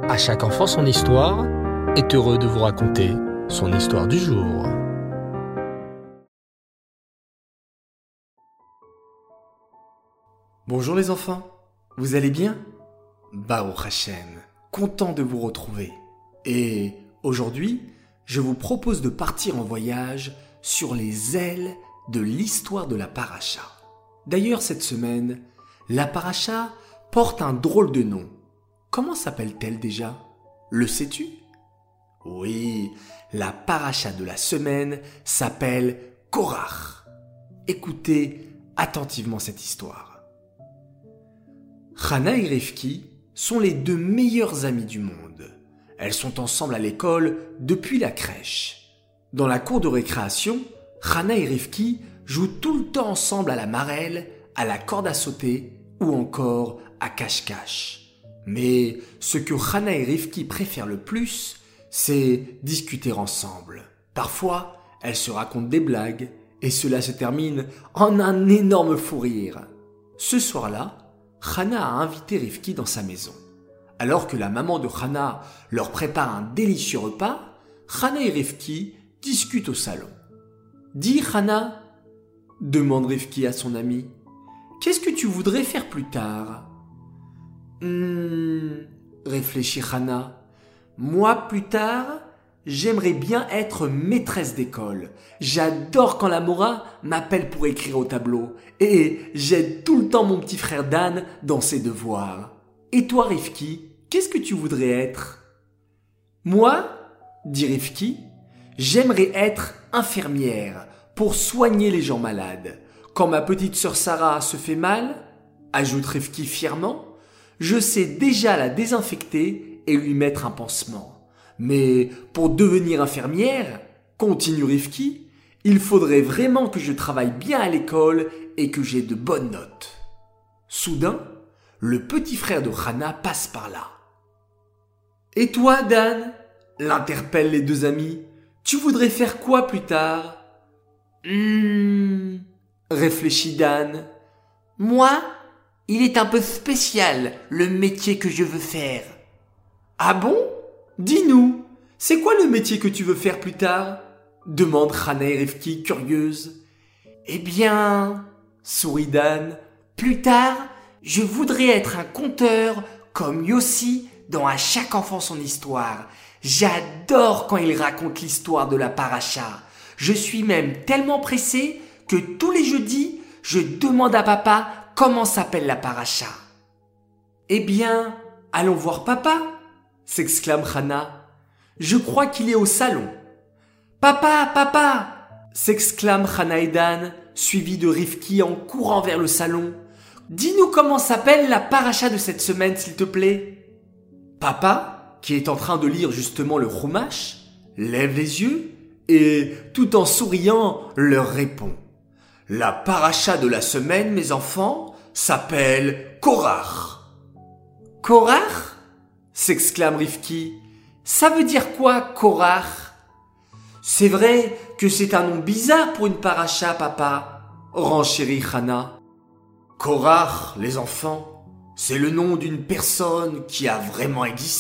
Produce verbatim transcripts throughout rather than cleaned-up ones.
À chaque enfant son histoire est heureux de vous raconter son histoire du jour. Bonjour les enfants, vous allez bien? Baruch Hashem, content de vous retrouver. Et aujourd'hui, je vous propose de partir en voyage sur les ailes de l'histoire de la paracha. D'ailleurs, cette semaine, la paracha porte un drôle de nom. Comment s'appelle-t-elle déjà? Le sais-tu? Oui, la paracha de la semaine s'appelle Korach. Écoutez attentivement cette histoire. Hana et Rivki sont les deux meilleures amies du monde. Elles sont ensemble à l'école depuis la crèche. Dans la cour de récréation, Hana et Rivki jouent tout le temps ensemble à la marelle, à la corde à sauter ou encore à cache-cache. Mais ce que Hana et Rivki préfèrent le plus, c'est discuter ensemble. Parfois, elles se racontent des blagues et cela se termine en un énorme fou rire. Ce soir-là, Hana a invité Rivki dans sa maison. Alors que la maman de Hana leur prépare un délicieux repas, Hana et Rivki discutent au salon. « Dis Hana, demande Rivki à son amie, qu'est-ce que tu voudrais faire plus tard ?»« Hmm, réfléchit Hana. Moi plus tard, j'aimerais bien être maîtresse d'école. J'adore quand la Mora m'appelle pour écrire au tableau et j'aide tout le temps mon petit frère Dan dans ses devoirs. Et toi Rivki, qu'est-ce que tu voudrais être ?»« Moi, dit Rivki, j'aimerais être infirmière pour soigner les gens malades. Quand ma petite sœur Sarah se fait mal, ajoute Rivki fièrement, je sais déjà la désinfecter et lui mettre un pansement. Mais pour devenir infirmière, continue Rivki, il faudrait vraiment que je travaille bien à l'école et que j'ai de bonnes notes. » Soudain, le petit frère de Hana passe par là. « Et toi, Dan ?» l'interpellent les deux amis. « Tu voudrais faire quoi plus tard ?»« Hum... » réfléchit Dan. « Moi, il est un peu spécial, le métier que je veux faire. »« Ah bon? Dis-nous, c'est quoi le métier que tu veux faire plus tard ?» demande Hana et Rivki curieuse. « Eh bien, sourit Dan, plus tard, je voudrais être un conteur comme Yossi dans À chaque enfant son histoire. J'adore quand il raconte l'histoire de la paracha. Je suis même tellement pressé que tous les jeudis, je demande à papa comment s'appelle la paracha. »« Eh bien, allons voir papa » s'exclame Hana. « Je crois qu'il est au salon. »« Papa, papa » s'exclament Hana et Dan, suivis de Rivki en courant vers le salon. « Dis-nous comment s'appelle la paracha de cette semaine, s'il te plaît. » Papa, qui est en train de lire justement le Chumash, lève les yeux et, tout en souriant, leur répond. « La paracha de la semaine, mes enfants, s'appelle Korach. »« Korach ?» s'exclame Rivki. « Ça veut dire quoi, Korach ?»« C'est vrai que c'est un nom bizarre pour une paracha, papa, » renchérit Hana. « Korach, les enfants, c'est le nom d'une personne qui a vraiment existé. »«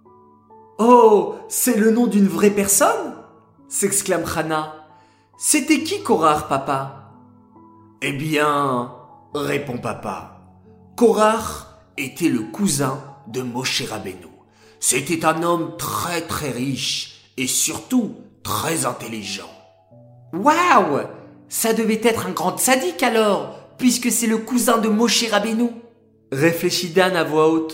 Oh, c'est le nom d'une vraie personne ?» s'exclame Hana. « C'était qui Korach, papa ?» Eh bien, répond papa, Korach était le cousin de Moshe Rabbeinu. C'était un homme très très riche et surtout très intelligent. Waouh! Ça devait être un grand sadique alors, puisque c'est le cousin de Moshe Rabbeinu, réfléchit Dan à voix haute.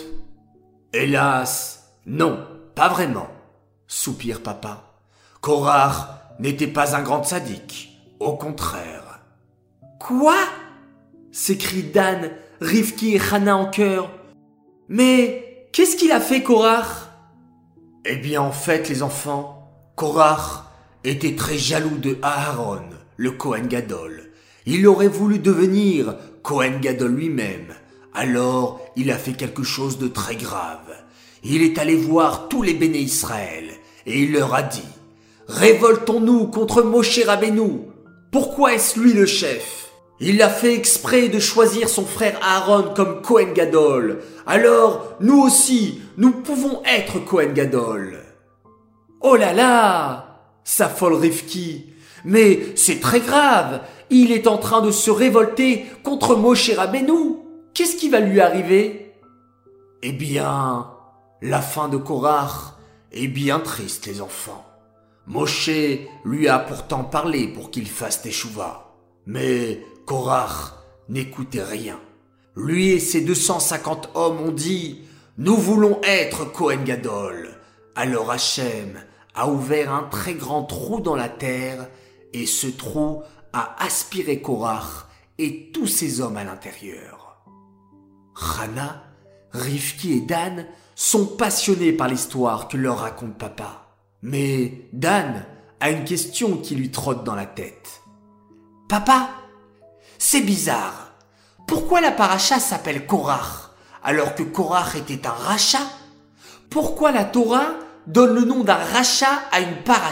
Hélas, non, pas vraiment, soupire papa. Korach n'était pas un grand sadique, au contraire. Quoi? S'écrie Dan, Rivki et Hana en chœur. Mais qu'est-ce qu'il a fait, Korach? Eh bien, en fait, les enfants, Korach était très jaloux de Aaron, le Kohen Gadol. Il aurait voulu devenir Kohen Gadol lui-même. Alors, il a fait quelque chose de très grave. Il est allé voir tous les béné Israël et il leur a dit « Révoltons-nous contre Moshe Rabbeinu. Pourquoi est-ce lui le chef ?» Il a fait exprès de choisir son frère Aaron comme Kohen Gadol. Alors, nous aussi, nous pouvons être Kohen Gadol. Oh là là, s'affole Rivki. Mais c'est très grave. Il est en train de se révolter contre Moshe Rabbeinu. Qu'est-ce qui va lui arriver? Eh bien, la fin de Korach est bien triste, les enfants. Moshe lui a pourtant parlé pour qu'il fasse teshuva. Mais Korach n'écoutait rien. Lui et ses deux cent cinquante hommes ont dit « Nous voulons être Kohen Gadol ». Alors Hachem a ouvert un très grand trou dans la terre et ce trou a aspiré Korach et tous ses hommes à l'intérieur. Hana, Rivki et Dan sont passionnés par l'histoire que leur raconte papa. Mais Dan a une question qui lui trotte dans la tête. « Papa, c'est bizarre. Pourquoi la paracha s'appelle Korach alors que Korach était un rachat? Pourquoi la Torah donne le nom d'un rachat à une paracha? »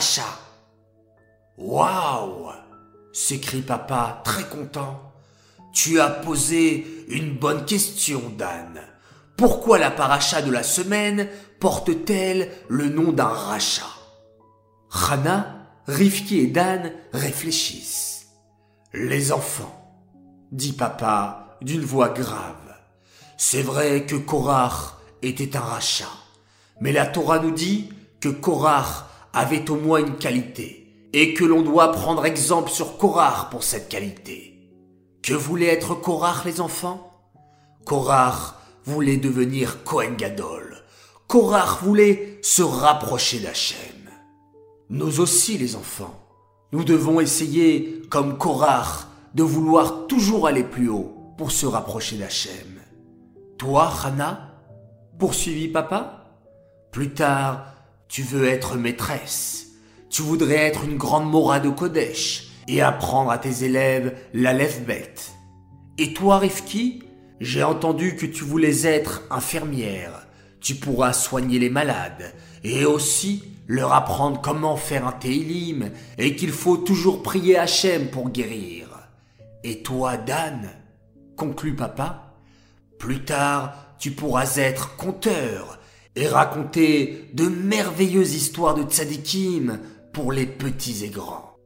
Waouh! S'écrie papa très content. Tu as posé une bonne question, Dan. Pourquoi la paracha de la semaine porte-t-elle le nom d'un rachat? Hana, Rivki et Dan réfléchissent. Les enfants, dit papa d'une voix grave, c'est vrai que Korach était un rachat, mais la Torah nous dit que Korach avait au moins une qualité et que l'on doit prendre exemple sur Korach pour cette qualité. Que voulait être Korach, les enfants? Korach voulait devenir Kohen Gadol. Korach voulait se rapprocher d'Hachem. Nous aussi, les enfants, nous devons essayer, comme Korach, de vouloir toujours aller plus haut pour se rapprocher d'Hachem. Toi, Hana, poursuivit papa, plus tard, tu veux être maîtresse. Tu voudrais être une grande Mora de Kodesh et apprendre à tes élèves l'Aleph Bet. Et toi, Rivki, j'ai entendu que tu voulais être infirmière. Tu pourras soigner les malades et aussi leur apprendre comment faire un Téhilim et qu'il faut toujours prier Hachem pour guérir. Et toi, Dan, conclut papa, plus tard, tu pourras être conteur et raconter de merveilleuses histoires de tzadikim pour les petits et grands.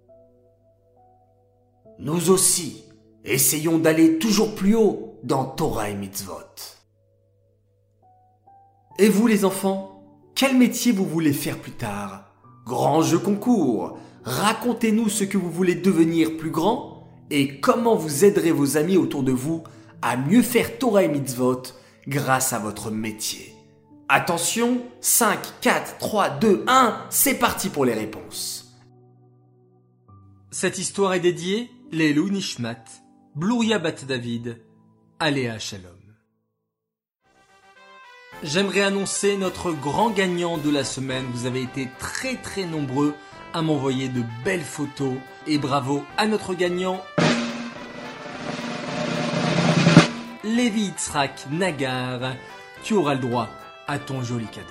Nous aussi, essayons d'aller toujours plus haut dans Torah et Mitzvot. Et vous, les enfants, quel métier vous voulez faire plus tard? Grand jeu concours. Racontez-nous ce que vous voulez devenir plus grand et comment vous aiderez vos amis autour de vous à mieux faire Torah et Mitzvot grâce à votre métier. Attention, cinq, quatre, trois, deux, un, c'est parti pour les réponses. Cette histoire est dédiée Leilou Nishmat, Blouria Bat David, Aléa Shalom. J'aimerais annoncer notre grand gagnant de la semaine. Vous avez été très très nombreux à m'envoyer de belles photos et bravo à notre gagnant Lévi Yitzhak Nagar. Tu auras le droit à ton joli cadeau.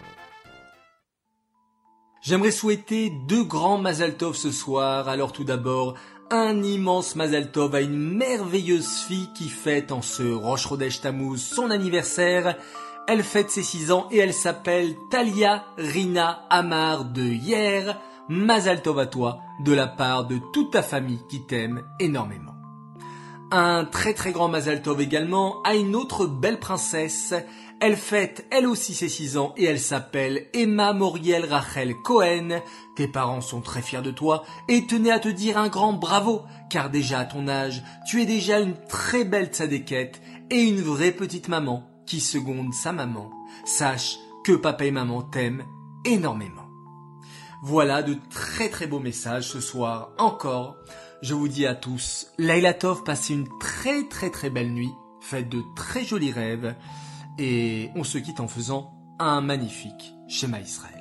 J'aimerais souhaiter deux grands Mazal Tov ce soir. Alors tout d'abord, un immense Mazal Tov à une merveilleuse fille qui fête en ce Rosh Chodesh Tammuz son anniversaire. Elle fête ses six ans et elle s'appelle Talia Rina Amar de hier. Mazal Tov à toi de la part de toute ta famille qui t'aime énormément. Un très très grand Mazal Tov également à une autre belle princesse. Elle fête elle aussi ses six ans et elle s'appelle Emma Moriel Rachel Cohen. Tes parents sont très fiers de toi et tenaient à te dire un grand bravo car déjà à ton âge, tu es déjà une très belle tzadékette et une vraie petite maman qui seconde sa maman. Sache que papa et maman t'aiment énormément. Voilà de très très beaux messages ce soir encore. Je vous dis à tous, Laila Tov, passez une très très très belle nuit, faites de très jolis rêves et on se quitte en faisant un magnifique Shema Israël.